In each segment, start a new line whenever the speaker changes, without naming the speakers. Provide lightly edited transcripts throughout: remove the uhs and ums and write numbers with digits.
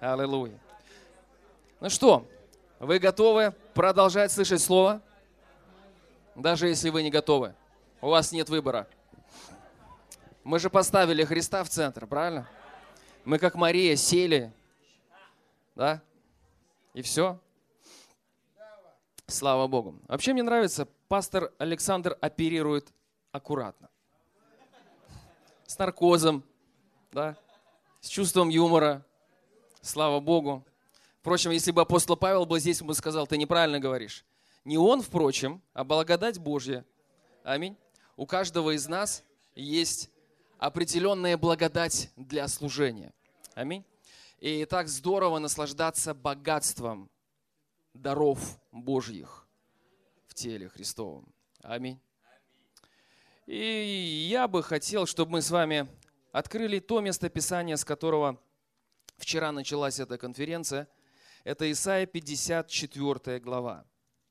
Аллилуйя. Ну что, вы готовы продолжать слышать Слово? Даже если вы не готовы. У вас нет выбора. Мы же поставили Христа в центр, правильно? Мы, как Мария, сели. Да? И все. Слава Богу. Вообще мне нравится, пастор Александр оперирует аккуратно. С наркозом, да? С чувством юмора. Слава Богу. Впрочем, если бы апостол Павел был здесь, он бы сказал: ты неправильно говоришь. Не он, впрочем, а благодать Божья. Аминь. У каждого из нас есть определенная благодать для служения. Аминь. И так здорово наслаждаться богатством даров Божьих в теле Христовом. Аминь. И я бы хотел, чтобы мы с вами открыли то местописание, с которого вчера началась эта конференция. Это Исайя 54 глава.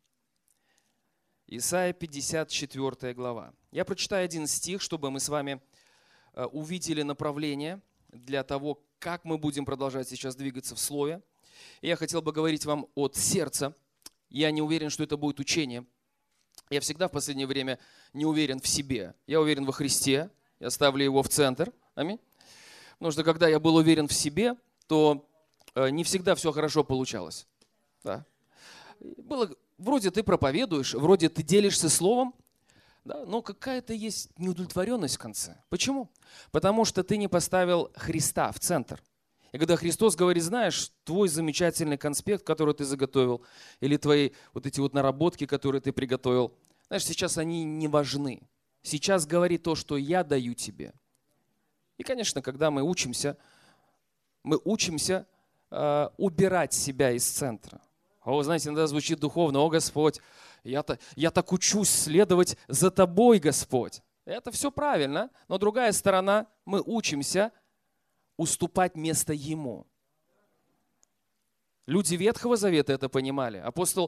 Исайя 54 глава. Я прочитаю один стих, чтобы мы с вами увидели направление для того, как мы будем продолжать сейчас двигаться в Слове. И я хотел бы говорить вам от сердца. Я не уверен, что это будет учение. Я всегда в последнее время не уверен в себе. Я уверен во Христе. Я ставлю Его в центр. Аминь. Потому что когда я был уверен в себе, то не всегда все хорошо получалось. Да. Было, вроде ты проповедуешь, вроде ты делишься словом, да, но какая-то есть неудовлетворенность в конце. Почему? Потому что ты не поставил Христа в центр. И когда Христос говорит: знаешь, твой замечательный конспект, который ты заготовил, или твои вот эти вот наработки, которые ты приготовил, знаешь, сейчас они не важны. Сейчас говори то, что я даю тебе. И, конечно, когда мы учимся убирать себя из центра. О, знаете, иногда звучит духовно: о, Господь, я так учусь следовать за Тобой, Господь. Это все правильно, но другая сторона, мы учимся уступать место Ему. Люди Ветхого Завета это понимали.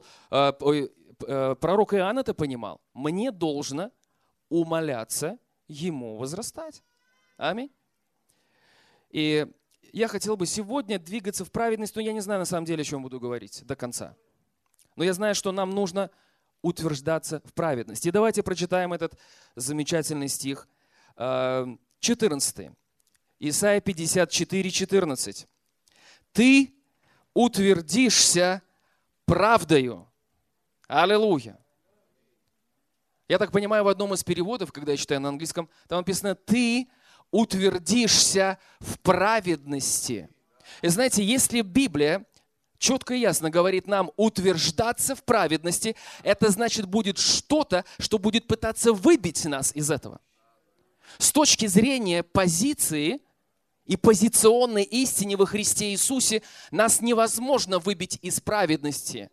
Пророк Иоанн это понимал. Мне должно умоляться Ему возрастать. Аминь. И я хотел бы сегодня двигаться в праведность, но я не знаю на самом деле, о чем буду говорить до конца. Но я знаю, что нам нужно утверждаться в праведности. И давайте прочитаем этот замечательный стих, 14. Исайя 54, 14. «Ты утвердишься правдою». Аллилуйя. Я так понимаю, в одном из переводов, когда я читаю на английском, там написано: «Ты утвердишься в праведности». И знаете, если Библия четко и ясно говорит нам утверждаться в праведности, это значит будет что-то, что будет пытаться выбить нас из этого. С точки зрения позиции и позиционной истины во Христе Иисусе нас невозможно выбить из праведности.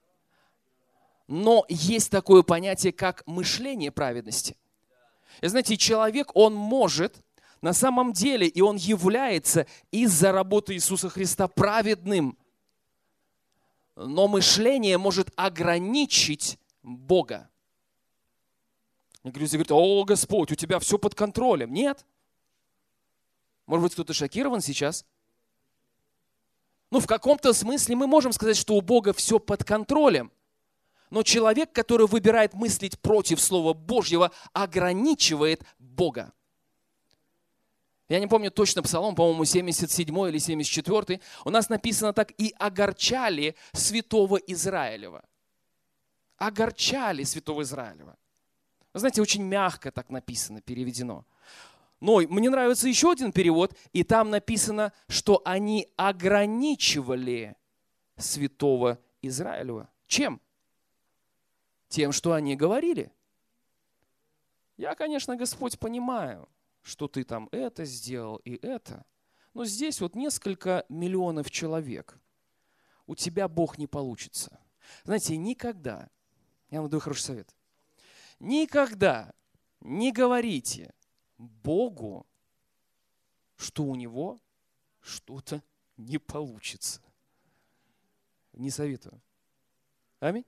Но есть такое понятие, как мышление праведности. И знаете, человек, он может на самом деле, и он является из-за работы Иисуса Христа праведным. Но мышление может ограничить Бога. Некоторые люди говорят: о, Господь, у тебя все под контролем. Нет. Может быть, кто-то шокирован сейчас? Ну, в каком-то смысле мы можем сказать, что у Бога все под контролем. Но человек, который выбирает мыслить против Слова Божьего, ограничивает Бога. Я не помню точно псалом, по-моему, 77 или 74. У нас написано так: «И огорчали святого Израилева». Огорчали святого Израилева. Вы знаете, очень мягко так написано, переведено. Но мне нравится еще один перевод, и там написано, что они ограничивали святого Израилева. Чем? Тем, что они говорили. Я, конечно, Господь, понимаю, что ты там это сделал и это. Но здесь вот несколько миллионов человек. У тебя Бог не получится. Знаете, никогда, я вам даю хороший совет, никогда не говорите Богу, что у него что-то не получится. Не советую. Аминь.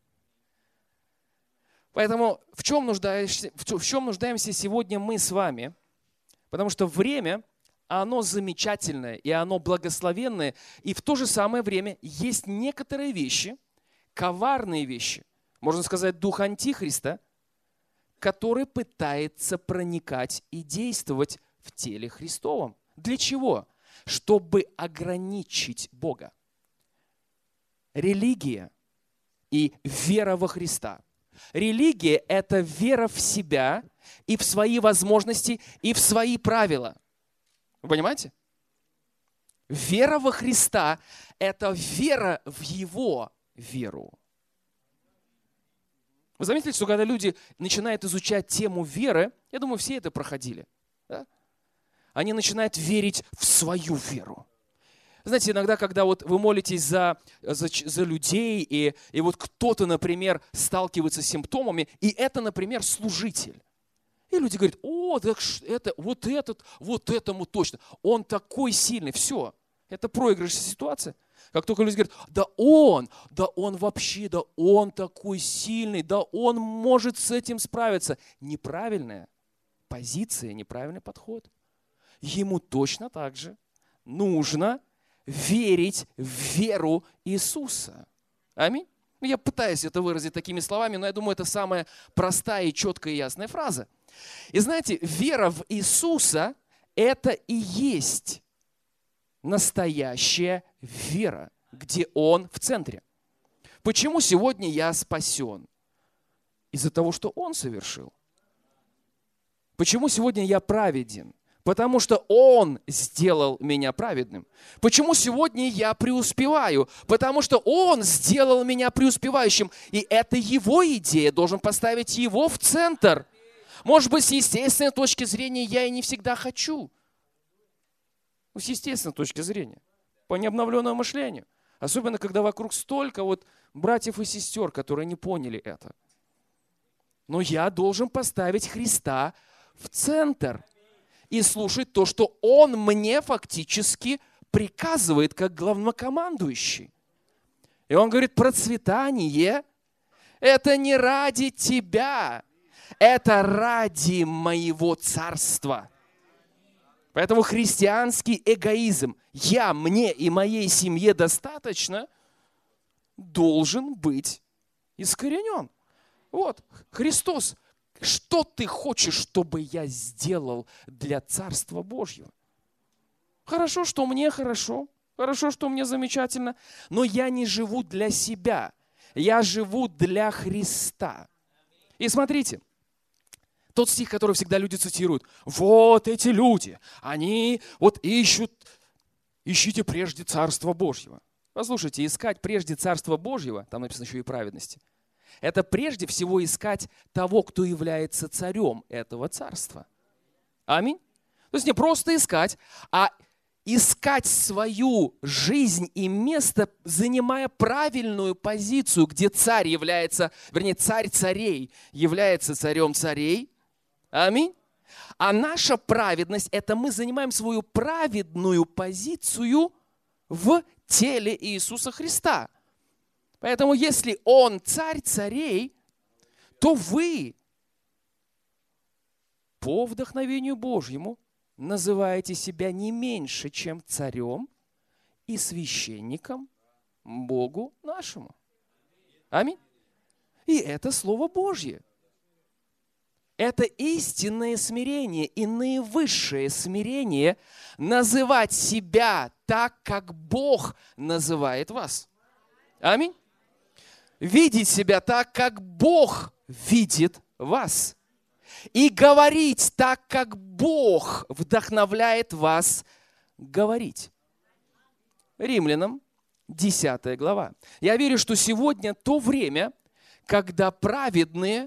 Поэтому в чем нуждаемся сегодня мы с вами? Потому что время, оно замечательное, и оно благословенное, и в то же самое время есть некоторые вещи, коварные вещи, можно сказать, дух Антихриста, который пытается проникать и действовать в теле Христовом. Для чего? Чтобы ограничить Бога. Религия и вера во Христа. Религия – это вера в себя и в свои возможности, и в свои правила. Вы понимаете? Вера во Христа – это вера в Его веру. Вы заметили, что когда люди начинают изучать тему веры, я думаю, все это проходили, да? Они начинают верить в свою веру. Знаете, иногда, когда вот вы молитесь за людей, и вот кто-то, например, сталкивается с симптомами, и это, например, служитель. И люди говорят: о, так это, вот этому точно, он такой сильный. Все, это проигрышная ситуация. Как только люди говорят: да он вообще, да он такой сильный, да он может с этим справиться. Неправильная позиция, неправильный подход. Ему точно так же нужно верить в веру Иисуса. Аминь. Я пытаюсь это выразить такими словами, но я думаю, это самая простая и четкая и ясная фраза. И знаете, вера в Иисуса – это и есть настоящая вера, где Он в центре. Почему сегодня я спасен? Из-за того, что Он совершил. Почему сегодня я праведен? Потому что Он сделал меня праведным. Почему сегодня я преуспеваю? Потому что Он сделал меня преуспевающим. И это Его идея, должен поставить Его в центр. Может быть, с естественной точки зрения я и не всегда хочу. С естественной точки зрения. По необновленному мышлению. Особенно, когда вокруг столько вот братьев и сестер, которые не поняли это. Но я должен поставить Христа в центр. И слушать то, что Он мне фактически приказывает, как главнокомандующий. И Он говорит: процветание – это не ради тебя, это ради моего царства. Поэтому христианский эгоизм «я, мне и моей семье достаточно» должен быть искоренен. Вот, Христос. Что ты хочешь, чтобы я сделал для Царства Божьего? Хорошо, что мне хорошо, хорошо, что мне замечательно, но я не живу для себя, я живу для Христа. И смотрите, тот стих, который всегда люди цитируют: вот эти люди, они вот ищите прежде Царства Божьего. Послушайте, искать прежде Царства Божьего, там написано еще и праведности, это прежде всего искать того, кто является царем этого царства. Аминь. То есть не просто искать, а искать свою жизнь и место, занимая правильную позицию, где царь является, вернее, царь царей является царем царей. Аминь. А наша праведность – это мы занимаем свою праведную позицию в теле Иисуса Христа. Поэтому, если Он царь царей, то вы по вдохновению Божьему называете себя не меньше, чем царем и священником Богу нашему. Аминь. И это Слово Божье. Это истинное смирение и наивысшее смирение называть себя так, как Бог называет вас. Аминь. Видеть себя так, как Бог видит вас. И говорить так, как Бог вдохновляет вас говорить. Римлянам 10 глава. Я верю, что сегодня то время, когда праведные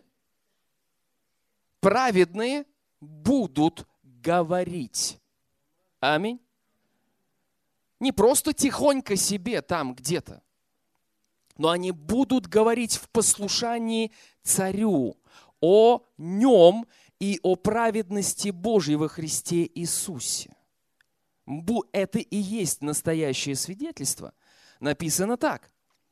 будут говорить. Аминь. Не просто тихонько себе там где-то, но они будут говорить в послушании царю о нем и о праведности Божьей во Христе Иисусе. Это и есть настоящее свидетельство. Написано так.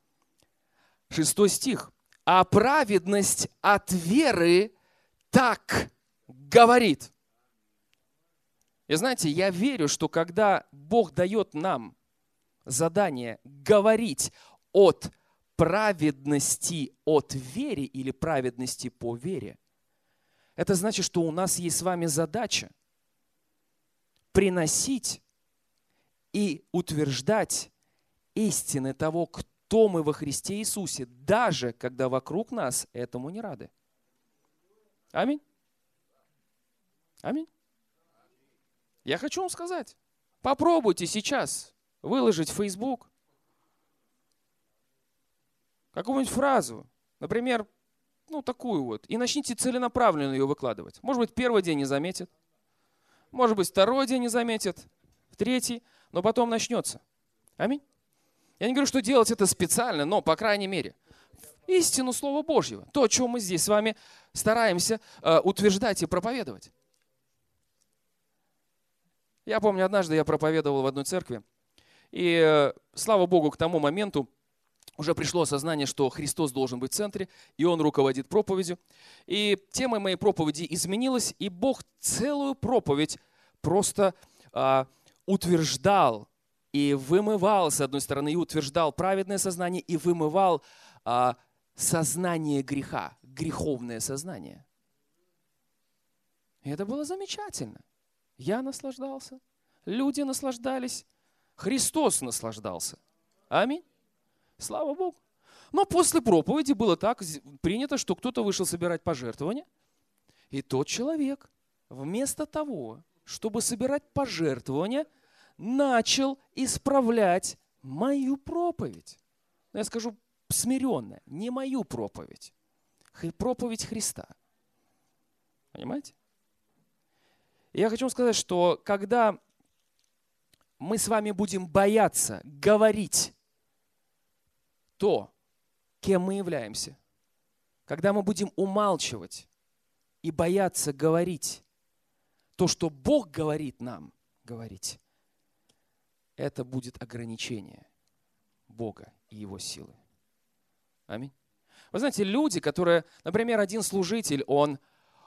6 стих. «А праведность от веры так говорит». И знаете, я верю, что когда Бог дает нам задание говорить от праведности от вере или праведности по вере, это значит, что у нас есть с вами задача приносить и утверждать истины того, кто мы во Христе Иисусе, даже когда вокруг нас этому не рады. Аминь. Аминь. Я хочу вам сказать, попробуйте сейчас выложить в Facebook какую-нибудь фразу, например, такую вот, и начните целенаправленно ее выкладывать. Может быть, первый день не заметит, может быть, второй день не заметит, третий, но потом начнется. Аминь. Я не говорю, что делать это специально, но, по крайней мере, истину Слова Божьего, то, о чем мы здесь с вами стараемся утверждать и проповедовать. Я помню, однажды я проповедовал в одной церкви, и, слава Богу, к тому моменту уже пришло осознание, что Христос должен быть в центре, и Он руководит проповедью. И тема моей проповеди изменилась, и Бог целую проповедь просто утверждал и вымывал, с одной стороны, и утверждал праведное сознание, и вымывал сознание греха, греховное сознание. И это было замечательно. Я наслаждался, люди наслаждались, Христос наслаждался. Аминь. Слава Богу. Но после проповеди было так принято, что кто-то вышел собирать пожертвования, и тот человек вместо того, чтобы собирать пожертвования, начал исправлять мою проповедь. Я скажу смиренно, не мою проповедь, проповедь Христа. Понимаете? Я хочу вам сказать, что когда мы с вами будем бояться говорить то, кем мы являемся, когда мы будем умалчивать и бояться говорить то, что Бог говорит нам говорить, это будет ограничение Бога и Его силы. Аминь. Вы знаете, люди, которые, например, один служитель, он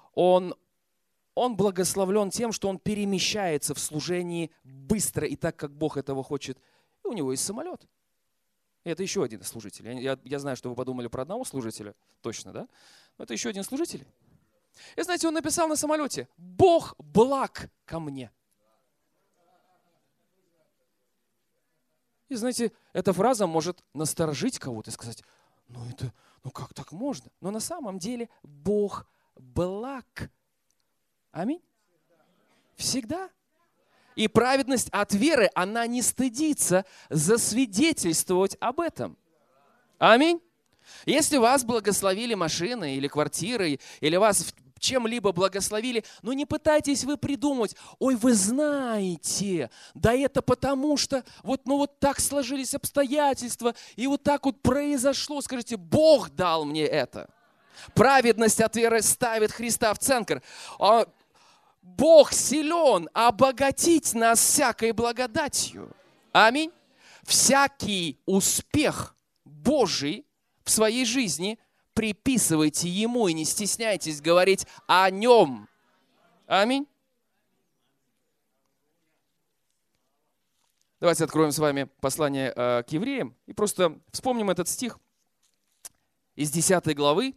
благословлен тем, что он перемещается в служении быстро и так, как Бог этого хочет. И у него есть самолет. И это еще один служитель. Я знаю, что вы подумали про одного служителя. Точно, да? Но это еще один служитель. И знаете, он написал на самолете: «Бог благ ко мне». И знаете, эта фраза может насторожить кого-то и сказать: как так можно? Но на самом деле Бог благ. Аминь. Всегда. И праведность от веры, она не стыдится засвидетельствовать об этом. Аминь. Если вас благословили машиной или квартирой, или вас чем-либо благословили, не пытайтесь вы придумать: ой, вы знаете, да это потому что вот так сложились обстоятельства, и вот так вот произошло. Скажите: Бог дал мне это. Праведность от веры ставит Христа в центр. Бог силен обогатить нас всякой благодатью. Аминь. Всякий успех Божий в своей жизни приписывайте Ему и не стесняйтесь говорить о Нем. Аминь. Давайте откроем с вами послание к евреям и просто вспомним этот стих из 10 главы,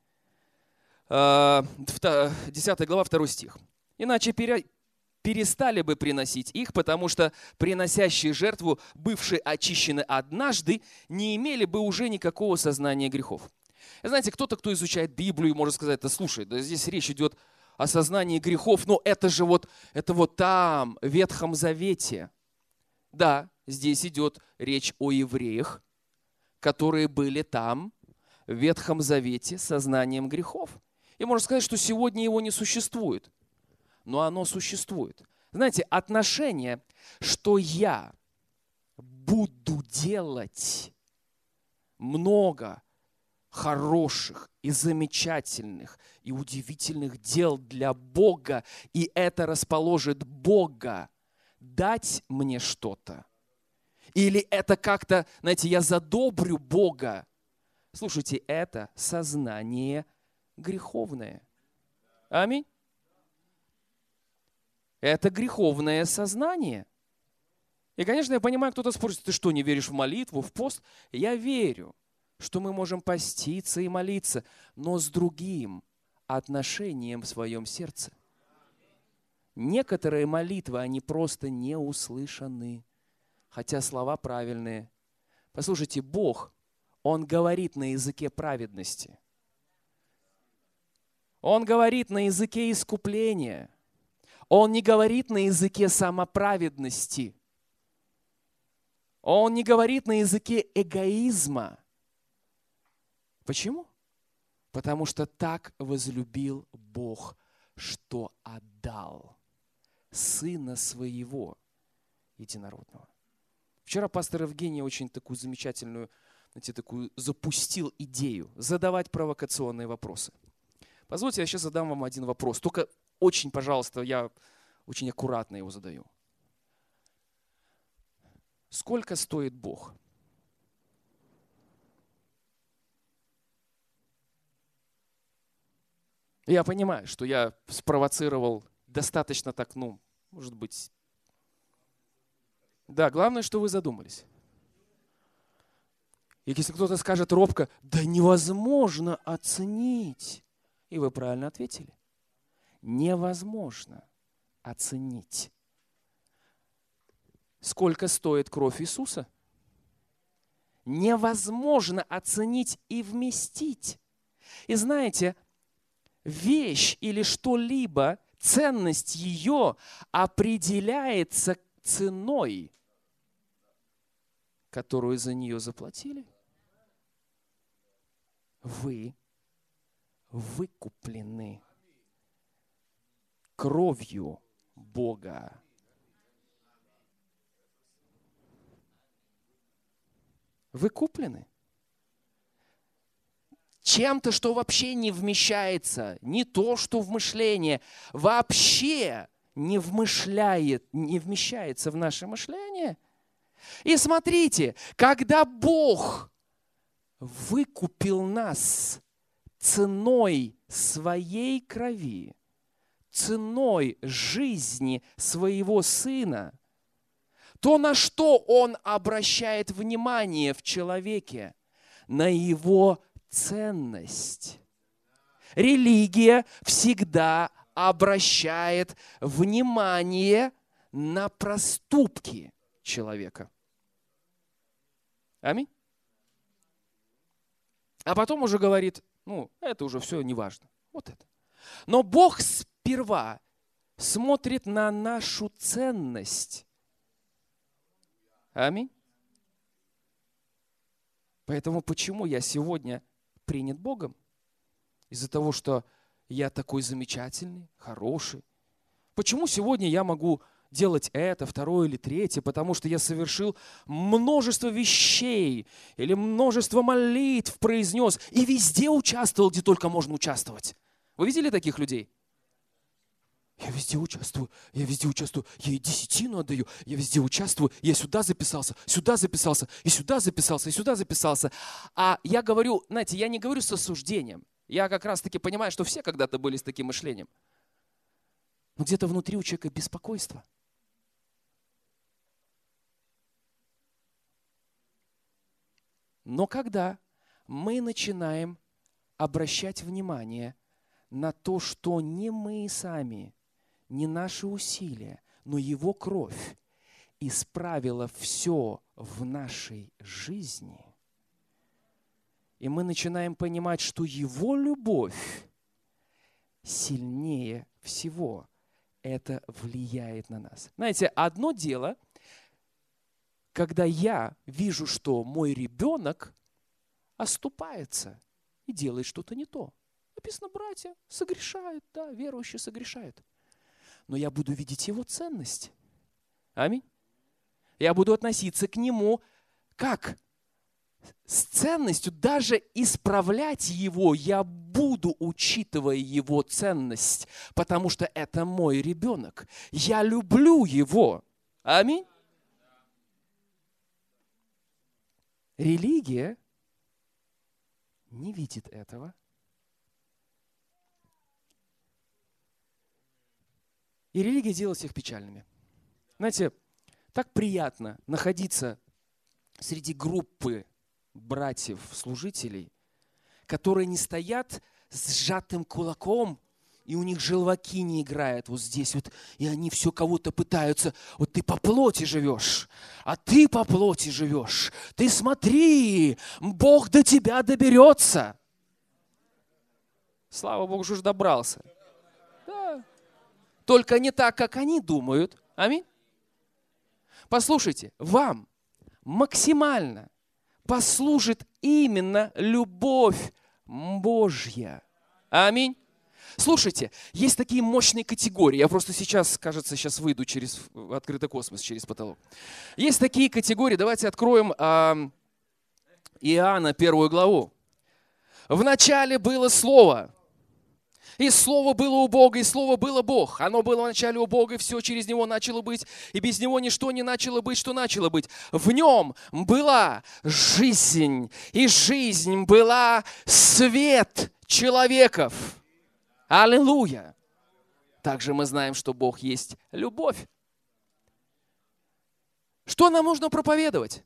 10 глава, 2 стих. «Иначе перестали бы приносить их, потому что приносящие жертву, бывшие очищены однажды, не имели бы уже никакого сознания грехов». Знаете, кто-то, кто изучает Библию, может сказать: да слушай, да здесь речь идет о сознании грехов, но это же это там, в Ветхом Завете. Да, здесь идет речь о евреях, которые были там, в Ветхом Завете, с сознанием грехов. И можно сказать, что сегодня его не существует. Но оно существует. Знаете, отношение, что я буду делать много хороших и замечательных и удивительных дел для Бога, и это расположит Бога дать мне что-то. Или это как-то, знаете, я задобрю Бога. Слушайте, это сознание греховное. Аминь. Это греховное сознание. И, конечно, я понимаю, кто-то спросит, ты что, не веришь в молитву, в пост? Я верю, что мы можем поститься и молиться, но с другим отношением в своем сердце. Некоторые молитвы, они просто не услышаны, хотя слова правильные. Послушайте, Бог, Он говорит на языке праведности. Он говорит на языке искупления. Он не говорит на языке самоправедности. Он не говорит на языке эгоизма. Почему? Потому что так возлюбил Бог, что отдал Сына Своего Единородного. Вчера пастор Евгений очень такую замечательную, знаете, такую запустил идею задавать провокационные вопросы. Позвольте, я сейчас задам вам один вопрос. Только очень, пожалуйста, я очень аккуратно его задаю. Сколько стоит Бог? Я понимаю, что я спровоцировал достаточно так, может быть. Да, главное, что вы задумались. И если кто-то скажет робко, да невозможно оценить. И вы правильно ответили. Невозможно оценить. Сколько стоит кровь Иисуса? Невозможно оценить и вместить. И знаете, вещь или что-либо, ценность ее определяется ценой, которую за нее заплатили. Вы выкуплены кровью Бога. Вы куплены чем-то, что вообще не вмещается, не то, что в мышление, вообще не вмещается в наше мышление. И смотрите, когда Бог выкупил нас ценой своей крови, ценой жизни своего Сына, то на что Он обращает внимание в человеке? На его ценность. Религия всегда обращает внимание на проступки человека. Аминь. А потом уже говорит, это уже все не важно. Вот это. Но Бог сперва смотрит на нашу ценность. Аминь. Поэтому почему я сегодня принят Богом? Из-за того, что я такой замечательный, хороший. Почему сегодня я могу делать это, второе или третье? Потому что я совершил множество вещей или множество молитв произнес и везде участвовал, где только можно участвовать. Вы видели таких людей? Я везде участвую, я и десятину отдаю, я везде участвую, я сюда записался, и сюда записался, и сюда записался. А я говорю, знаете, я не говорю с осуждением. Я как раз-таки понимаю, что все когда-то были с таким мышлением. Но где-то внутри у человека беспокойство. Но когда мы начинаем обращать внимание на то, что не мы сами, не наши усилия, но Его кровь исправила все в нашей жизни. И мы начинаем понимать, что Его любовь сильнее всего. Это влияет на нас. Знаете, одно дело, когда я вижу, что мой ребенок оступается и делает что-то не то. Написано, братья согрешают, да, верующие согрешают. Но я буду видеть его ценность. Аминь. Я буду относиться к нему как? С ценностью, даже исправлять его я буду, учитывая его ценность, потому что это мой ребенок. Я люблю его. Аминь. Религия не видит этого. И религия делает всех печальными. Знаете, так приятно находиться среди группы братьев-служителей, которые не стоят с сжатым кулаком, и у них желваки не играют вот здесь вот, и они все кого-то пытаются. Вот ты по плоти живешь, а ты по плоти живешь. Ты смотри, Бог до тебя доберется. Слава Богу, что ж добрался. Да. Только не так, как они думают. Аминь. Послушайте, вам максимально послужит именно любовь Божья. Аминь. Слушайте, есть такие мощные категории. Я просто сейчас, кажется, выйду через открытый космос, через потолок. Есть такие категории. Давайте откроем Иоанна 1 главу. В начале было Слово. И Слово было у Бога, и Слово было Бог. Оно было в начале у Бога, и все через Него начало быть. И без Него ничто не начало быть, что начало быть. В Нем была жизнь, и жизнь была свет человеков. Аллилуйя! Также мы знаем, что Бог есть любовь. Что нам нужно проповедовать?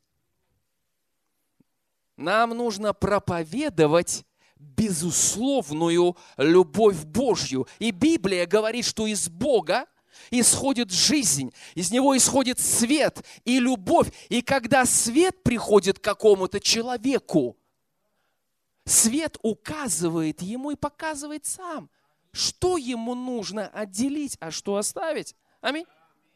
Нам нужно проповедовать безусловную любовь Божью. И Библия говорит, что из Бога исходит жизнь, из Него исходит свет и любовь. И когда свет приходит к какому-то человеку, свет указывает ему и показывает сам, что ему нужно отделить, а что оставить. Аминь.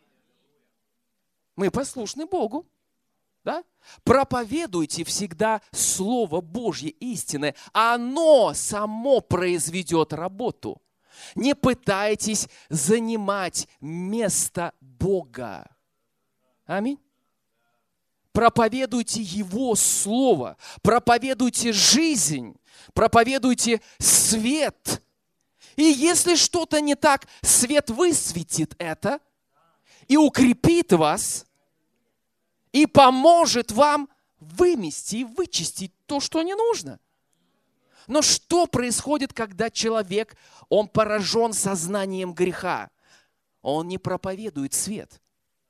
Мы послушны Богу. Да? Проповедуйте всегда Слово Божье истинное. Оно само произведет работу. Не пытайтесь занимать место Бога. Аминь. Проповедуйте Его Слово. Проповедуйте жизнь. Проповедуйте свет. И если что-то не так, свет высветит это и укрепит вас, и поможет вам вымести и вычистить то, что не нужно. Но что происходит, когда человек, он поражен сознанием греха? Он не проповедует свет.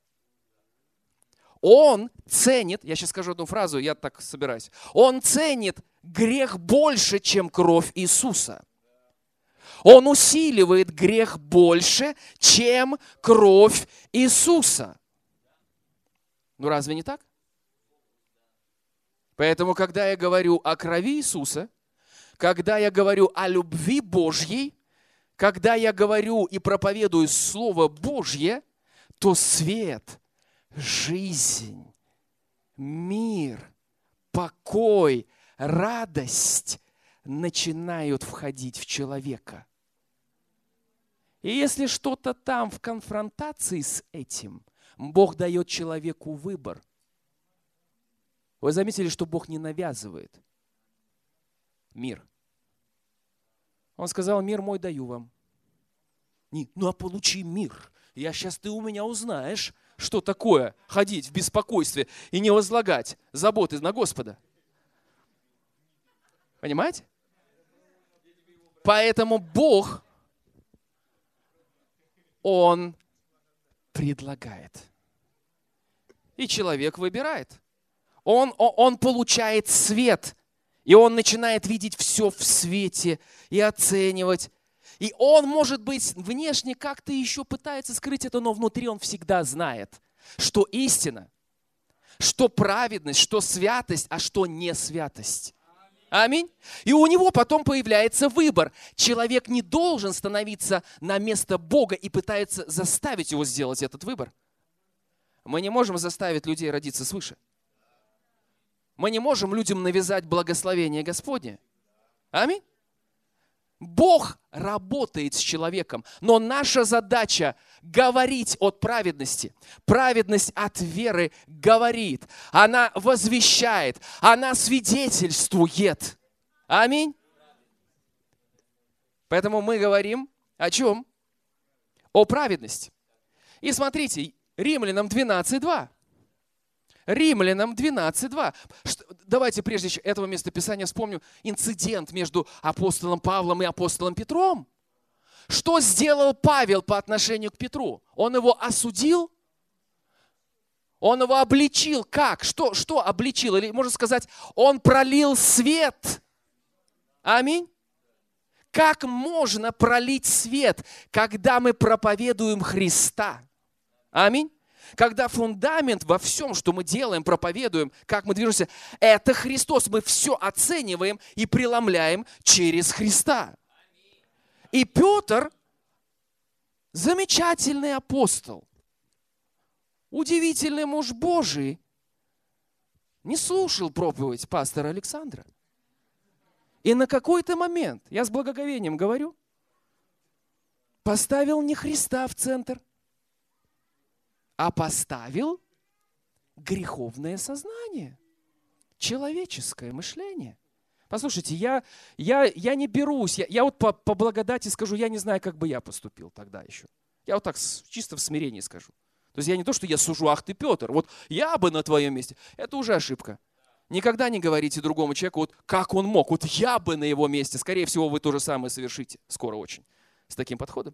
Он ценит, я сейчас скажу одну фразу, я так собираюсь. Он ценит грех больше, чем кровь Иисуса. Он усиливает грех больше, чем кровь Иисуса. Ну разве не так? Поэтому, когда я говорю о крови Иисуса, когда я говорю о любви Божьей, когда я говорю и проповедую Слово Божье, то свет, жизнь, мир, покой, радость начинают входить в человека. И если что-то там в конфронтации с этим, Бог дает человеку выбор. Вы заметили, что Бог не навязывает мир. Он сказал: мир мой даю вам. Ну а получи мир. Ты у меня узнаешь, что такое ходить в беспокойстве и не возлагать заботы на Господа. Понимаете? Поэтому Бог, Он предлагает. И человек выбирает. Он получает свет. И он начинает видеть все в свете и оценивать. И он, может быть, внешне как-то еще пытается скрыть это, но внутри он всегда знает, что истина, что праведность, что святость, а что не святость. Аминь. И у него потом появляется выбор. Человек не должен становиться на место Бога и пытается заставить его сделать этот выбор. Мы не можем заставить людей родиться свыше. Мы не можем людям навязать благословение Господне. Аминь. Бог работает с человеком, но наша задача говорить от праведности. Праведность от веры говорит, она возвещает, она свидетельствует. Аминь. Поэтому мы говорим о чем? О праведности. И смотрите, Римлянам 12:2. Римлянам 12:2. Давайте прежде этого местописания вспомним инцидент между апостолом Павлом и апостолом Петром. Что сделал Павел по отношению к Петру? Он его осудил? Он его обличил. Как? Что обличил? Или можно сказать, он пролил свет. Аминь. Как можно пролить свет, когда мы проповедуем Христа? Аминь. Когда фундамент во всем, что мы делаем, проповедуем, как мы движемся, это Христос. Мы все оцениваем и преломляем через Христа. И Петр, замечательный апостол, удивительный муж Божий, не слушал проповедь пастора Александра. И на какой-то момент, я с благоговением говорю, поставил не Христа в центр, а поставил греховное сознание, человеческое мышление. Послушайте, я не берусь, я вот по благодати скажу, я не знаю, как бы я поступил тогда еще. Я вот так чисто в смирении скажу. То есть я не то, что я сужу, ах ты, Петр, вот я бы на твоем месте. Это уже ошибка. Никогда не говорите другому человеку, вот как он мог, вот я бы на его месте. Скорее всего, вы то же самое совершите, скоро очень, с таким подходом.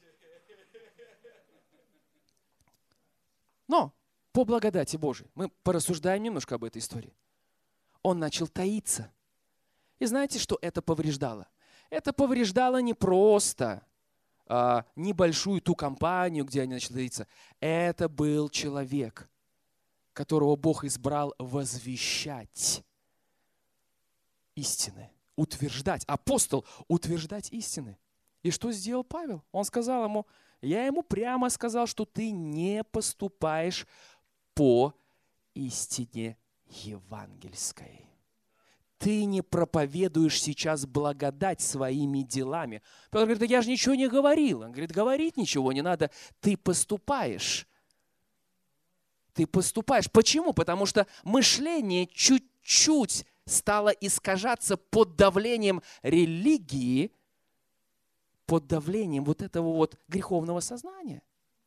Но по благодати Божией, мы порассуждаем немножко об этой истории. Он начал таиться. И знаете, что это повреждало? Это повреждало не просто небольшую ту компанию, где они начали таиться. Это был человек, которого Бог избрал возвещать истины, утверждать. Апостол утверждать истины. И что сделал Павел? Он сказал ему, я ему прямо сказал, что ты не поступаешь по истине евангельской. Ты не проповедуешь сейчас благодать своими делами. Петр говорит, да я же ничего не говорил. Он говорит, говорить ничего не надо. Ты поступаешь. Ты поступаешь. Почему? Потому что мышление чуть-чуть стало искажаться под давлением религии, под давлением вот этого вот греховного сознания.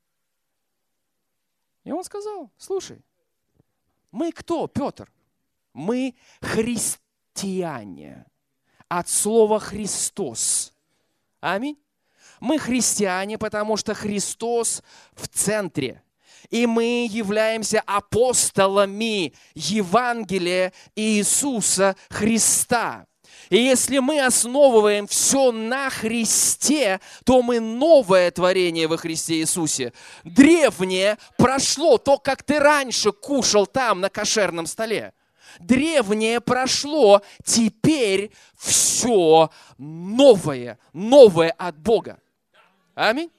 И он сказал, слушай, мы кто, Петр? Мы христиане. От слова Христос. Аминь. Мы христиане, потому что Христос в центре. И мы являемся апостолами Евангелия Иисуса Христа. И если мы основываем все на Христе, то мы новое творение во Христе Иисусе. Древнее прошло, то, как ты раньше кушал там на кошерном столе. Древнее прошло, теперь все новое, новое от Бога. Аминь.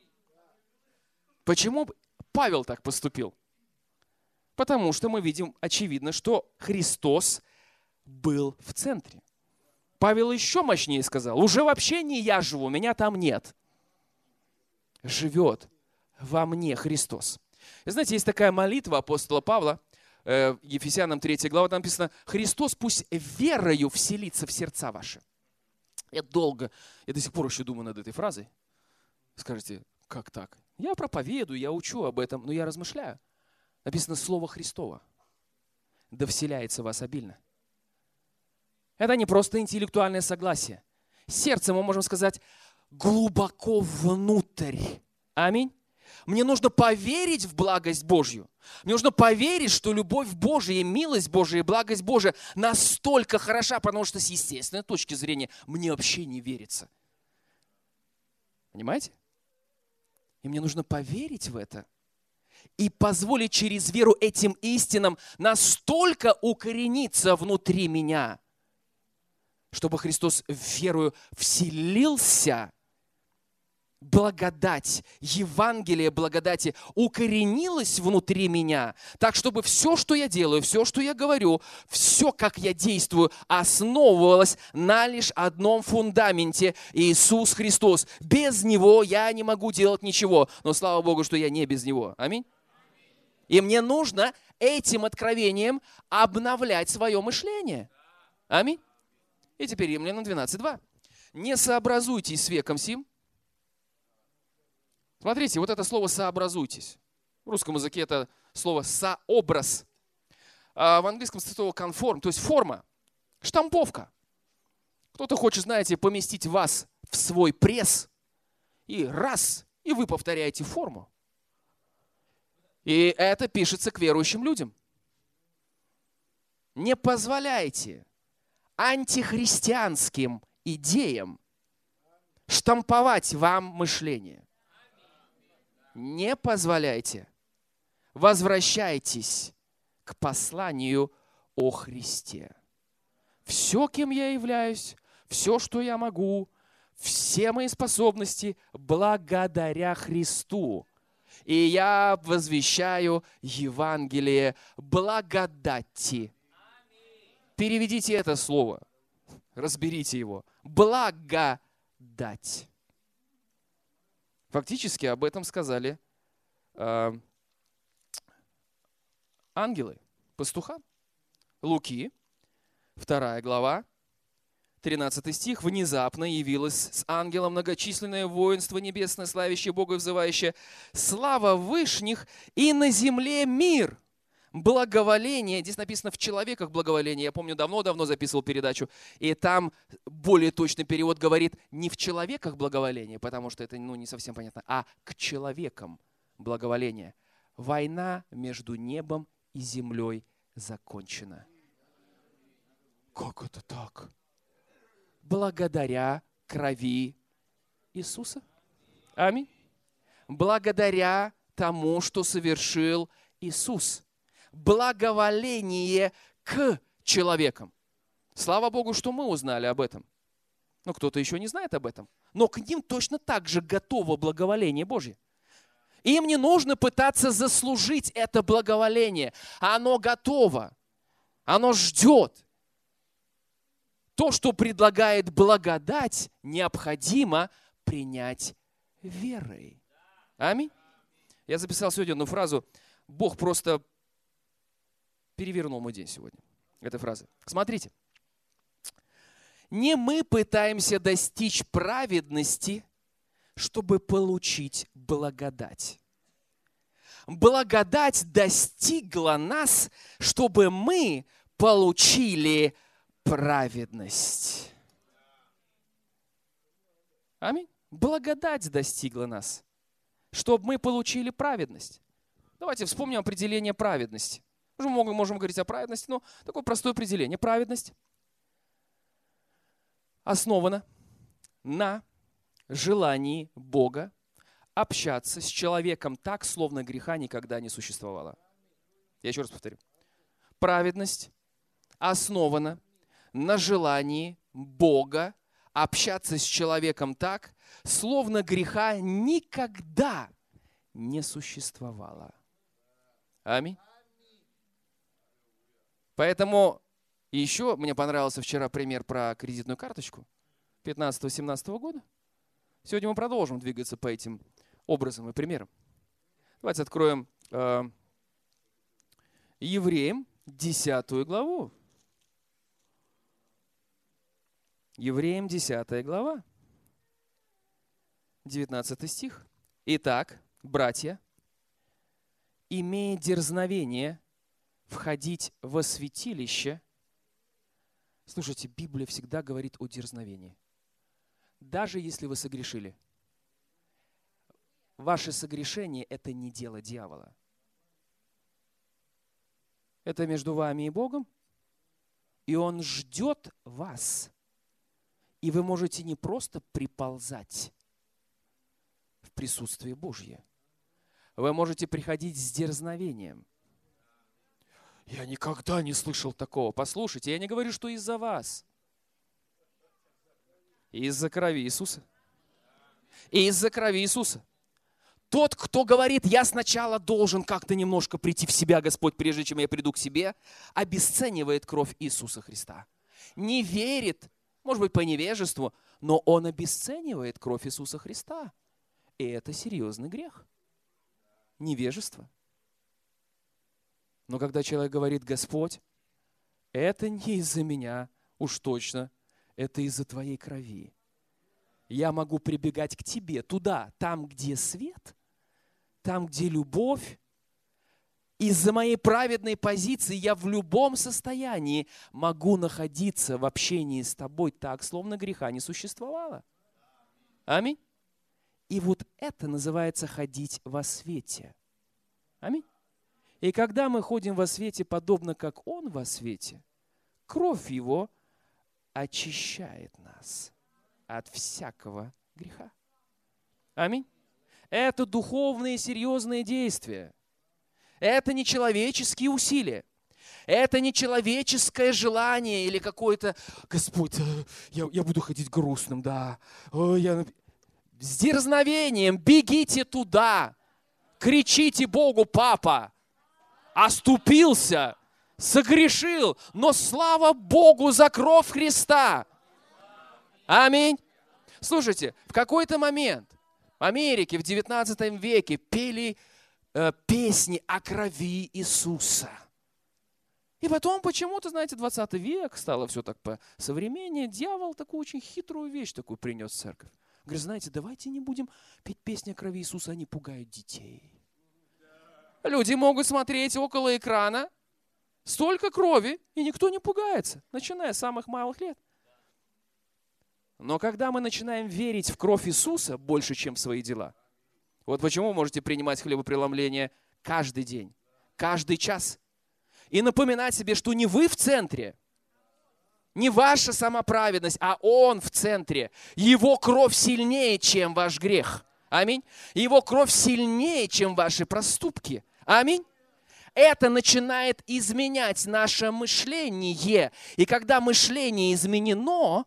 Почему Павел так поступил? Потому что мы видим, очевидно, что Христос был в центре. Павел еще мощнее сказал, уже вообще не я живу, меня там нет. Живет во мне Христос. И знаете, есть такая молитва апостола Павла, Ефесянам 3 глава, там написано, Христос пусть верою вселится в сердца ваши. Я до сих пор еще думаю над этой фразой. Скажете, как так? Я проповедую, я учу об этом, но я размышляю. Написано слово Христово. Да вселяется в вас обильно. Это не просто интеллектуальное согласие. Сердцем мы можем сказать глубоко внутрь. Аминь. Мне нужно поверить в благость Божью. Мне нужно поверить, что любовь Божия, и милость Божия, и благость Божия настолько хороша, потому что с естественной точки зрения мне вообще не верится. Понимаете? И мне нужно поверить в это и позволить через веру этим истинам настолько укорениться внутри меня, чтобы Христос верою вселился, благодать, Евангелие благодати укоренилось внутри меня, так, чтобы все, что я делаю, все, что я говорю, все, как я действую, основывалось на лишь одном фундаменте – Иисус Христос. Без Него я не могу делать ничего, но слава Богу, что я не без Него. Аминь. И мне нужно этим откровением обновлять свое мышление. Аминь. И теперь Римлянам 12:2. Не сообразуйтесь с веком сим. Смотрите, вот это слово «сообразуйтесь». В русском языке это слово «сообраз». А в английском слово «conform», то есть форма, штамповка. Кто-то хочет, знаете, поместить вас в свой пресс, и раз, и вы повторяете форму. И это пишется к верующим людям. Не позволяйте антихристианским идеям штамповать вам мышление. Не позволяйте. Возвращайтесь к посланию о Христе. Все, кем я являюсь, все, что я могу, все мои способности благодаря Христу. И я возвещаю Евангелие благодати. Переведите это слово, разберите его. Благодать. Фактически об этом сказали ангелы, пастуха. Луки, 2 глава, 13 стих. «Внезапно явилось с ангелом многочисленное воинство небесное, славящее Бога и взывающее: слава вышних и на земле мир, благоволение». Здесь написано «в человеках благоволение». Я помню, давно-давно записывал передачу, и там более точный перевод говорит не «в человеках благоволение», потому что это не совсем понятно, а «к человекам благоволение». Война между небом и землей закончена. Как это так? Благодаря крови Иисуса. Аминь. Благодаря тому, что совершил Иисус. Благоволение к человекам. Слава Богу, что мы узнали об этом. Но кто-то еще не знает об этом. Но к ним точно так же готово благоволение Божье. Им не нужно пытаться заслужить это благоволение. Оно готово. Оно ждет. То, что предлагает благодать, необходимо принять верой. Аминь. Я записал сегодня одну фразу. Бог просто перевернул мой день сегодня. Эта фраза. Смотрите. Не мы пытаемся достичь праведности, чтобы получить благодать. Благодать достигла нас, чтобы мы получили праведность. Аминь. Благодать достигла нас, чтобы мы получили праведность. Давайте вспомним определение праведности. Мы можем говорить о праведности, но такое простое определение. Праведность основана на желании Бога общаться с человеком так, словно греха никогда не существовало. Я еще раз повторю. Праведность основана на желании Бога общаться с человеком так, словно греха никогда не существовало. Аминь. Поэтому еще мне понравился вчера пример про кредитную карточку 15-17 года. Сегодня мы продолжим двигаться по этим образам и примерам. Давайте откроем Евреям 10 главу. Евреям 10 глава, 19 стих. «Итак, братья, имея дерзновение входить во святилище». Слушайте, Библия всегда говорит о дерзновении. Даже если вы согрешили, ваше согрешение – это не дело дьявола. Это между вами и Богом, и Он ждет вас. И вы можете не просто приползать в присутствие Божье. Вы можете приходить с дерзновением. Я никогда не слышал такого. Послушайте, я не говорю, что из-за вас. Из-за крови Иисуса. Из-за крови Иисуса. Тот, кто говорит, я сначала должен как-то немножко прийти в себя, Господь, прежде чем я приду к себе, обесценивает кровь Иисуса Христа. Не верит, может быть, по невежеству, но он обесценивает кровь Иисуса Христа. И это серьезный грех. Невежество. Но когда человек говорит, Господь, это не из-за меня, уж точно, это из-за Твоей крови. Я могу прибегать к Тебе, туда, там, где свет, там, где любовь. Из-за моей праведной позиции я в любом состоянии могу находиться в общении с Тобой так, словно греха не существовало. Аминь. И вот это называется ходить во свете. Аминь. И когда мы ходим во свете, подобно как Он во свете, кровь Его очищает нас от всякого греха. Аминь. Это духовные серьезные действия. Это не человеческие усилия. Это не человеческое желание или какое-то: Господь, я буду ходить грустным, да. С дерзновением бегите туда. Кричите Богу: папа, оступился, согрешил, но слава Богу за кровь Христа. Аминь. Слушайте, в какой-то момент в Америке в 19 веке пели песни о крови Иисуса. И потом почему-то, знаете, 20 век стало все так по-современнее. Дьявол такую очень хитрую вещь такую принес в церковь. Говорит: знаете, давайте не будем петь песни о крови Иисуса, они пугают детей. Люди могут смотреть около экрана, столько крови, и никто не пугается, начиная с самых малых лет. Но когда мы начинаем верить в кровь Иисуса больше, чем в свои дела, вот почему вы можете принимать хлебопреломление каждый день, каждый час, и напоминать себе, что не вы в центре, не ваша самоправедность, а Он в центре. Его кровь сильнее, чем ваш грех. Аминь. Его кровь сильнее, чем ваши проступки. Аминь. Это начинает изменять наше мышление. И когда мышление изменено,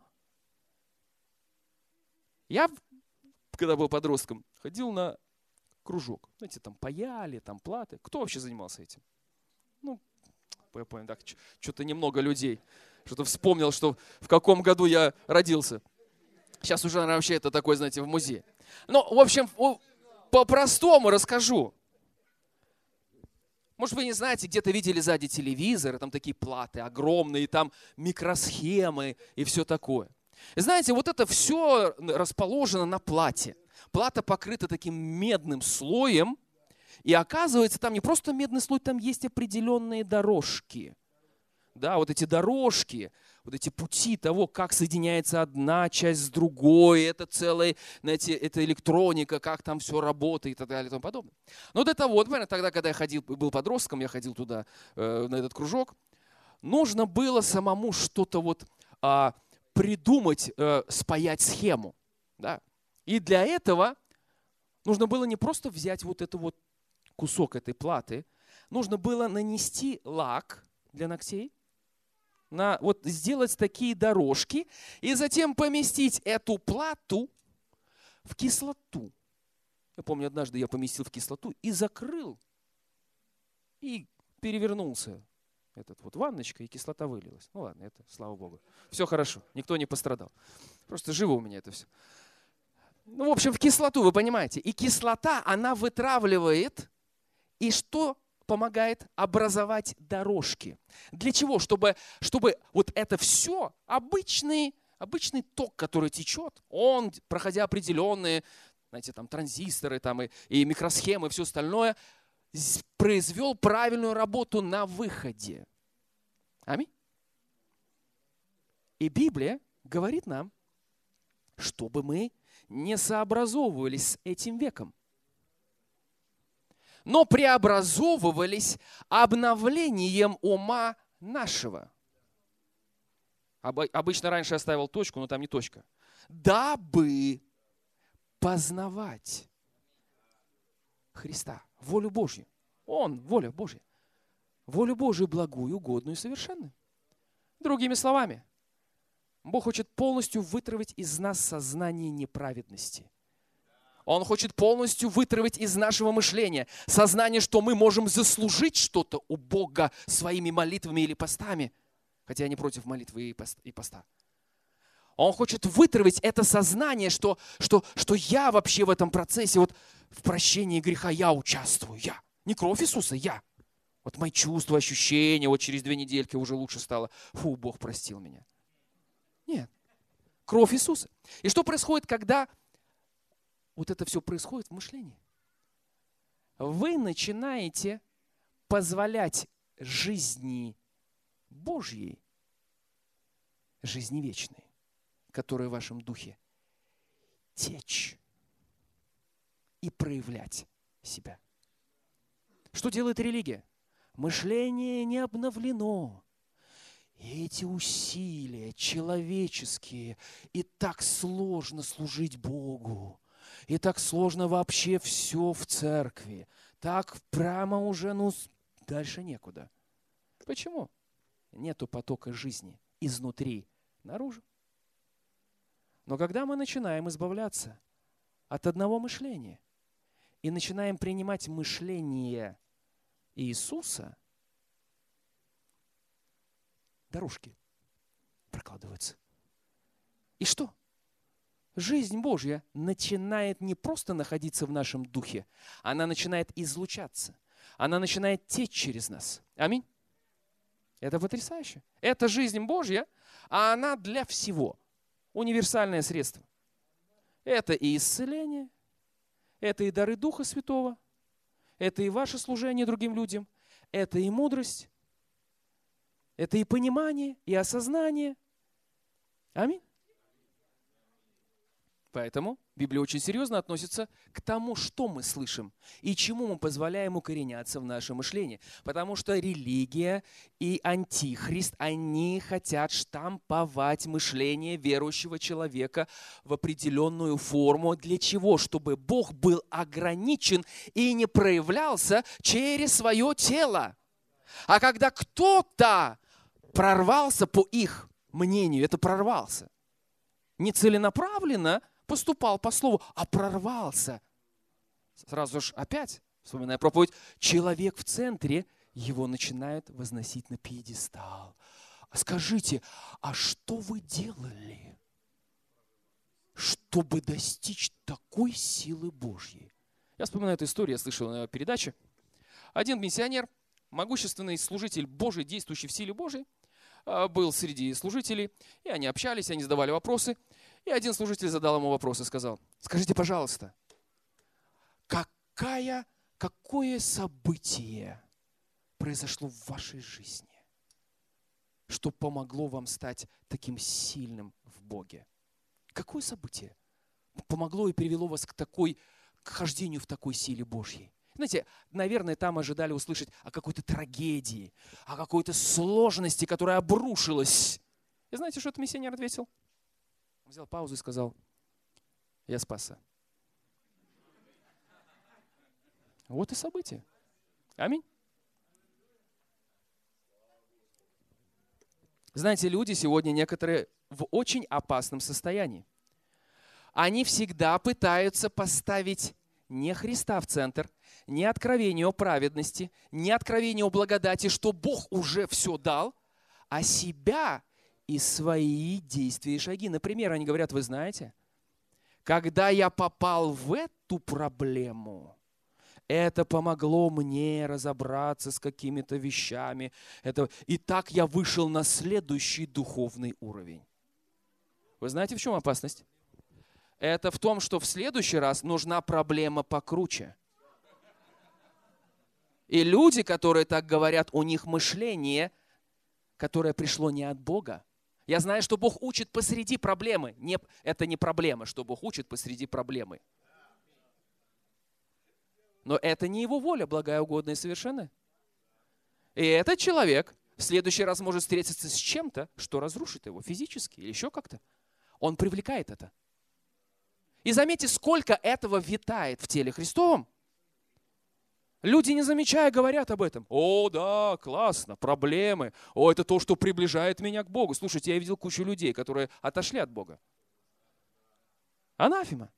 я, когда был подростком, ходил на кружок. Знаете, там паяли, там платы. Кто вообще занимался этим? Ну, я понял, так, что-то немного людей. Что-то вспомнил, что в каком году я родился. Сейчас уже, наверное, вообще это такое, знаете, в музее. Ну, в общем, по-простому расскажу. Может, вы не знаете, где-то видели сзади телевизор, там такие платы огромные, там микросхемы и все такое. И знаете, вот это все расположено на плате. Плата покрыта таким медным слоем, и оказывается, там не просто медный слой, там есть определенные дорожки. Да, вот эти дорожки, вот эти пути того, как соединяется одна часть с другой, это целая, знаете, это электроника, как там все работает и так далее и тому подобное. Но вот это вот, наверное, тогда, когда я был подростком, я ходил туда, на этот кружок, нужно было самому что-то вот придумать, спаять схему. Да? И для этого нужно было не просто взять вот этот вот кусок этой платы, нужно было нанести лак для ногтей, вот сделать такие дорожки и затем поместить эту плату в кислоту. Я помню, однажды я поместил в кислоту и закрыл, и перевернулся этот вот ванночка, и кислота вылилась. Ну ладно, это слава Богу. Все хорошо, никто не пострадал. Просто живо у меня это все. Ну, в общем, в кислоту, вы понимаете. И кислота, она вытравливает, и что помогает образовать дорожки. Для чего? Чтобы вот это все, обычный ток, который течет, он, проходя определенные, знаете, там транзисторы там, и микросхемы, и все остальное, произвел правильную работу на выходе. Аминь. И Библия говорит нам, чтобы мы не сообразовывались с этим веком, но преобразовывались обновлением ума нашего. Обычно раньше я ставил точку, но там не точка. Дабы познавать Христа, волю Божью. Он, воля Божья. Волю Божию благую, угодную и совершенную. Другими словами, Бог хочет полностью вытравить из нас сознание неправедности. Он хочет полностью вытравить из нашего мышления сознание, что мы можем заслужить что-то у Бога своими молитвами или постами. Хотя я не против молитвы и поста. Он хочет вытравить это сознание, что я вообще в этом процессе, вот в прощении греха я участвую. Я. Не кровь Иисуса, я. Вот мои чувства, ощущения, вот через 2 недельки уже лучше стало. Фу, Бог простил меня. Нет. Кровь Иисуса. И что происходит, когда вот это все происходит в мышлении? Вы начинаете позволять жизни Божьей, жизни вечной, которая в вашем духе, течь. и проявлять себя. Что делает религия? Мышление не обновлено. И эти усилия человеческие, и так сложно служить Богу, и так сложно вообще все в церкви, так прямо уже, дальше некуда. Почему? Нету потока жизни изнутри наружу. Но когда мы начинаем избавляться от одного мышления и начинаем принимать мышление Иисуса, дорожки прокладываются. И что? Жизнь Божья начинает не просто находиться в нашем духе, она начинает излучаться, она начинает течь через нас. Аминь. Это потрясающе. Это жизнь Божья, а она для всего. Универсальное средство. Это и исцеление, это и дары Духа Святого, это и ваше служение другим людям, это и мудрость, это и понимание, и осознание. Аминь. Поэтому Библия очень серьезно относится к тому, что мы слышим и чему мы позволяем укореняться в наше мышление. Потому что религия и антихрист, они хотят штамповать мышление верующего человека в определенную форму. Для чего? Чтобы Бог был ограничен и не проявлялся через свое тело. А когда кто-то прорвался по их мнению, это прорвался, не целенаправленно поступал по слову, а прорвался. Сразу же опять, вспоминая проповедь, человек в центре, его начинают возносить на пьедестал. Скажите, а что вы делали, чтобы достичь такой силы Божьей? Я вспоминаю эту историю, я слышал на передаче. Один миссионер, могущественный служитель Божий, действующий в силе Божьей, был среди служителей, и они общались, они задавали вопросы. И один служитель задал ему вопрос и сказал: скажите, пожалуйста, какое событие произошло в вашей жизни, что помогло вам стать таким сильным в Боге? Какое событие помогло и привело вас к хождению в такой силе Божьей? Знаете, наверное, там ожидали услышать о какой-то трагедии, о какой-то сложности, которая обрушилась. И знаете, что этот миссионер ответил? Он взял паузу и сказал: я спасся. Вот и событие. Аминь. Знаете, люди сегодня некоторые в очень опасном состоянии. Они всегда пытаются поставить не Христа в центр, не откровение о праведности, не откровение о благодати, что Бог уже все дал, а себя и свои действия и шаги. Например, они говорят: вы знаете, когда я попал в эту проблему, это помогло мне разобраться с какими-то вещами. И так я вышел на следующий духовный уровень. Вы знаете, в чем опасность? Это в том, что в следующий раз нужна проблема покруче. И люди, которые так говорят, у них мышление, которое пришло не от Бога. Я знаю, что Бог учит посреди проблемы. Это не проблема, что Бог учит посреди проблемы. Но это не Его воля, благая, угодная и совершенная. И этот человек в следующий раз может встретиться с чем-то, что разрушит его физически или еще как-то. Он привлекает это. И заметьте, сколько этого витает в теле Христовом. Люди, не замечая, говорят об этом. О, да, классно, проблемы. О, это то, что приближает меня к Богу. Слушайте, я видел кучу людей, которые отошли от Бога. Анафема.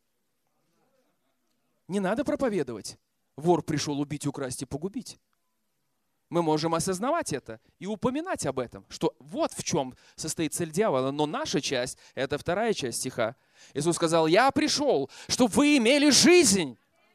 Не надо проповедовать. Вор пришел убить, украсть и погубить. Мы можем осознавать это и упоминать об этом, что вот в чем состоит цель дьявола. Но наша часть, это вторая часть стиха. Иисус сказал: я пришел, чтобы вы имели жизнь.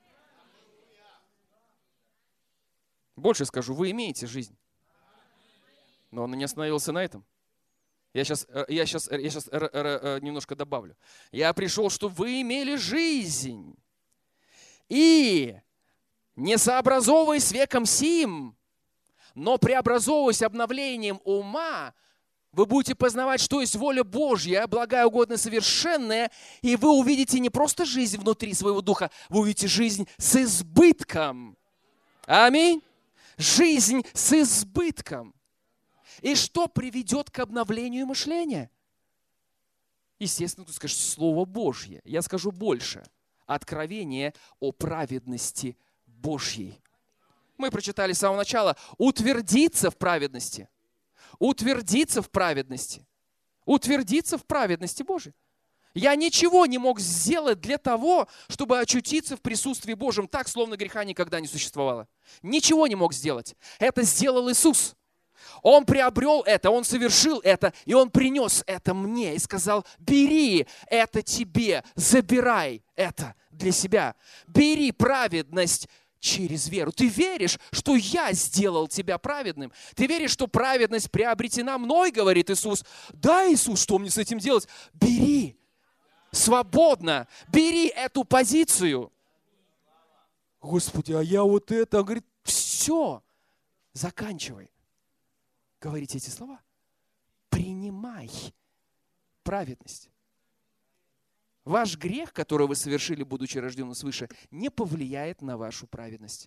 Больше скажу, вы имеете жизнь. Но он не остановился на этом. Я сейчас немножко добавлю. Я пришел, чтобы вы имели жизнь. И не сообразовываясь с веком сим, но преобразовываясь обновлением ума, Вы будете познавать, что есть воля Божья, благая, угодная, совершенная, и вы увидите не просто жизнь внутри своего духа, вы увидите жизнь с избытком. Аминь. Жизнь с избытком. И что приведет к обновлению мышления? Естественно, ты скажешь Слово Божье. Я скажу больше. Откровение о праведности Божьей. Мы прочитали с самого начала. Утвердиться в праведности. Утвердиться в праведности. Утвердиться в праведности Божьей. Я ничего не мог сделать для того, чтобы очутиться в присутствии Божьем так, словно греха никогда не существовало. Ничего не мог сделать. Это сделал Иисус. Он приобрел это, Он совершил это, и Он принес это мне и сказал: бери это тебе, забирай это для себя. Бери праведность через веру. Ты веришь, что я сделал тебя праведным? Ты веришь, что праведность приобретена мной, говорит Иисус? Да, Иисус, что мне с этим делать? Бери. Свободно. Бери эту позицию. Господи, а я вот это. Он говорит, все, заканчивай. Говорите эти слова. Принимай праведность. Ваш грех, который вы совершили, будучи рожденным свыше, не повлияет на вашу праведность.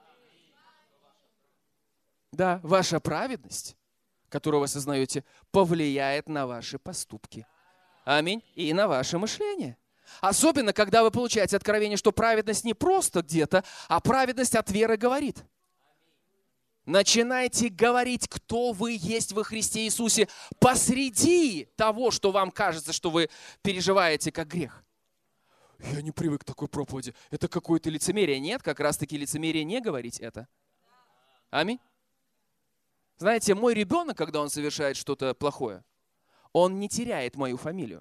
Да, ваша праведность, которую вы осознаете, повлияет на ваши поступки. Аминь. И на ваше мышление. Особенно, когда вы получаете откровение, что праведность не просто где-то, а праведность от веры говорит. Начинайте говорить, кто вы есть во Христе Иисусе, посреди того, что вам кажется, что вы переживаете как грех. Я не привык к такой проповеди. Это какое-то лицемерие. Нет, как раз-таки лицемерие не говорить это. Аминь. Знаете, мой ребенок, когда он совершает что-то плохое, он не теряет мою фамилию.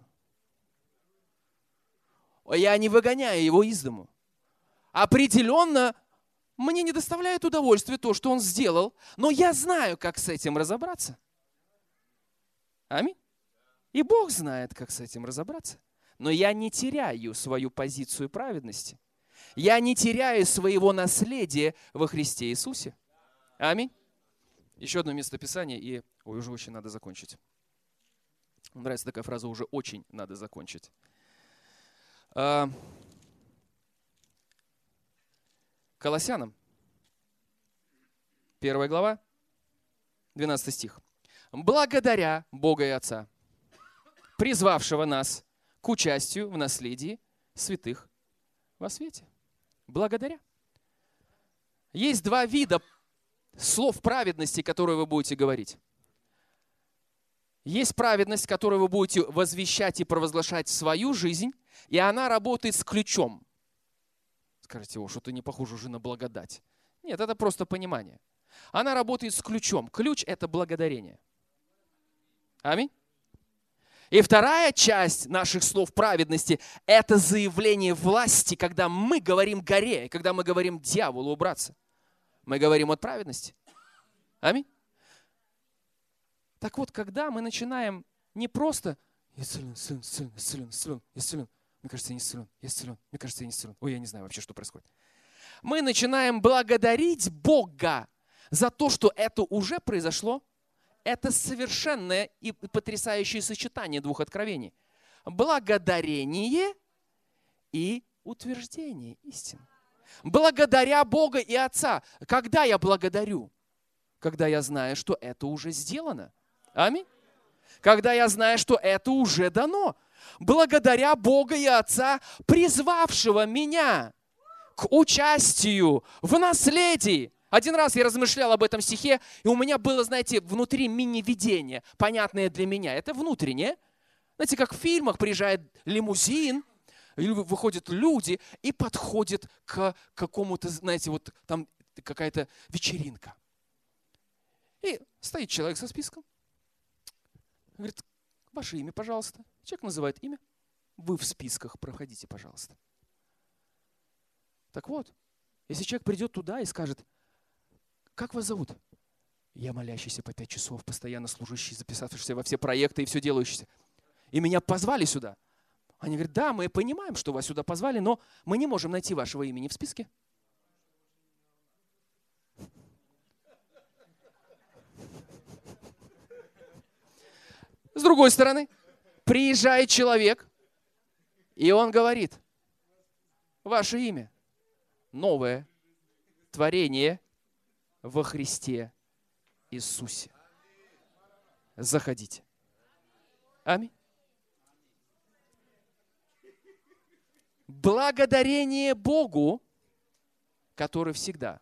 Я не выгоняю его из дому. Определенно, мне не доставляет удовольствия то, что он сделал, но я знаю, как с этим разобраться. Аминь. И Бог знает, как с этим разобраться. Но я не теряю свою позицию праведности. Я не теряю своего наследия во Христе Иисусе. Аминь. Еще одно местописание, и уже очень надо закончить. Мне нравится такая фраза: уже очень надо закончить. Колоссянам, 1 глава, 12 стих. «Благодаря Бога и Отца, призвавшего нас к участию в наследии святых во свете». Благодаря. Есть два вида слов праведности, которые вы будете говорить. Есть праведность, которую вы будете возвещать и провозглашать в свою жизнь, и она работает с ключом. Скажете: о, что-то не похоже уже на благодать. Нет, это просто понимание. Она работает с ключом. Ключ – это благодарение. Аминь. И вторая часть наших слов праведности – это заявление власти, когда мы говорим горе, когда мы говорим дьяволу убраться. Мы говорим от праведности. Аминь. Так вот, когда мы начинаем не просто «исцелен, исцелен, исцелен, исцелен, исцелен, исцелен», мне кажется, я не исцелен, я исцелен, мне кажется, я не исцелен. Ой, я не знаю вообще, что происходит. Мы начинаем благодарить Бога за то, что это уже произошло. Это совершенное и потрясающее сочетание двух откровений. Благодарение и утверждение истины. Благодаря Бога и Отца. Когда я благодарю? Когда я знаю, что это уже сделано. Аминь. Когда я знаю, что это уже дано. Благодаря Бога и Отца, призвавшего меня к участию в наследии. Один раз я размышлял об этом стихе, и у меня было, знаете, внутри мини-видение, понятное для меня. Это внутреннее. Знаете, как в фильмах приезжает лимузин, выходят люди и подходят к какому-то, знаете, вот там какая-то вечеринка. И стоит человек со списком. Говорит: ваше имя, пожалуйста. Человек называет имя. Вы в списках, проходите, пожалуйста. Так вот, если человек придет туда и скажет: как вас зовут? Я молящийся по 5 часов, постоянно служащий, записавшийся во все проекты и все делающийся. И меня позвали сюда. Они говорят: да, мы понимаем, что вас сюда позвали, но мы не можем найти вашего имени в списке. другой стороны, приезжает человек, и он говорит: ваше имя новое творение во Христе Иисусе. Заходите. Аминь. Благодарение Богу, который всегда.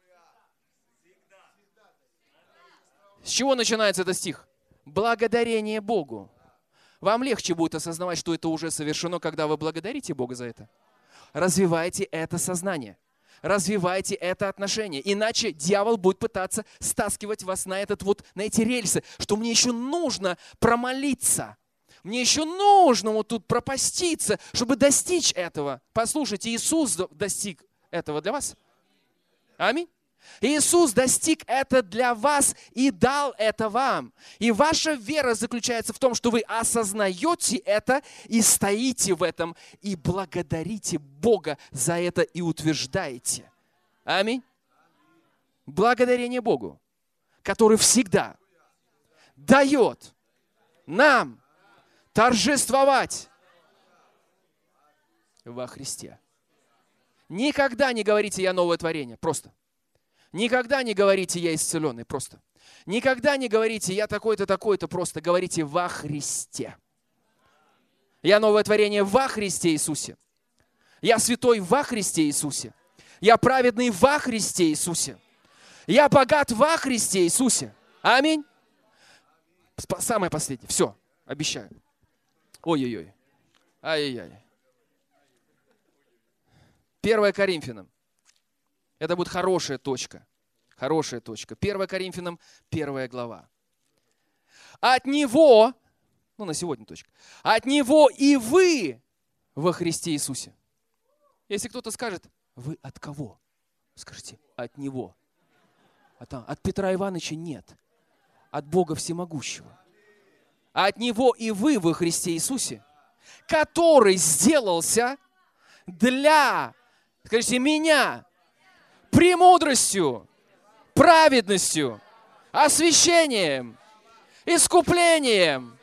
С чего начинается этот стих? Благодарение Богу. Вам легче будет осознавать, что это уже совершено, когда вы благодарите Бога за это. Развивайте это сознание. Развивайте это отношение. Иначе дьявол будет пытаться стаскивать вас на эти рельсы, что мне еще нужно промолиться. Мне еще нужно вот тут пропаститься, чтобы достичь этого. Послушайте, Иисус достиг этого для вас. Аминь. Иисус достиг это для вас и дал это вам. И ваша вера заключается в том, что вы осознаете это и стоите в этом, и благодарите Бога за это и утверждаете. Аминь. Благодарение Богу, который всегда дает нам торжествовать во Христе. Никогда не говорите: я новое творение, просто. Никогда не говорите: я исцеленный, просто. Никогда не говорите: я такой-то, такой-то, просто. Говорите: во Христе. Я новое творение во Христе Иисусе. Я святой во Христе Иисусе. Я праведный во Христе Иисусе. Я богат во Христе Иисусе. Аминь. Самое последнее. Все, обещаю. Ой-ой-ой. Ай-яй-яй. 1 Коринфянам. Это будет хорошая точка. Хорошая точка. 1 Коринфянам, 1 глава. От Него, на сегодня точка, от Него и вы во Христе Иисусе. Если кто-то скажет: вы от кого? Скажите: от Него. От Петра Ивановича нет. От Бога Всемогущего. От Него и вы во Христе Иисусе, который сделался для, скажите, меня, премудростью, праведностью, освящением, искуплением.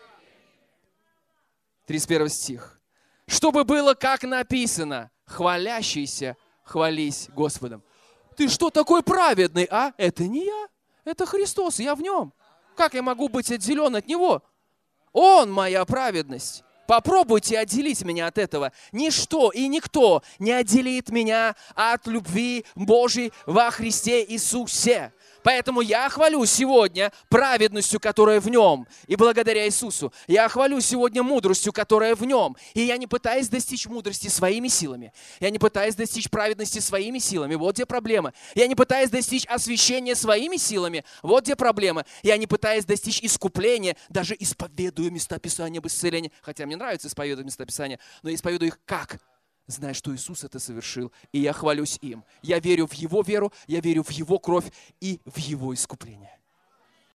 31 стих. Чтобы было, как написано: хвалящийся, хвались Господом. Ты что такой праведный, а? Это не я, это Христос, я в Нем. Как я могу быть отделен от Него? Он моя праведность. Попробуйте отделить меня от этого. Ничто и никто не отделит меня от любви Божьей во Христе Иисусе. Поэтому я хвалю сегодня праведностью, которая в Нем, и благодаря Иисусу. Я хвалю сегодня мудростью, которая в Нем. И я не пытаюсь достичь мудрости своими силами. Я не пытаюсь достичь праведности своими силами. Вот где проблема. Я не пытаюсь достичь освящения своими силами. Вот где проблема. Я не пытаюсь достичь искупления, даже исповедуя места Писания об исцелении. Хотя мне нравится исповедовать места Писания, но я исповедую их как? Зная, что Иисус это совершил, и я хвалюсь им. Я верю в Его веру, я верю в Его кровь и в Его искупление.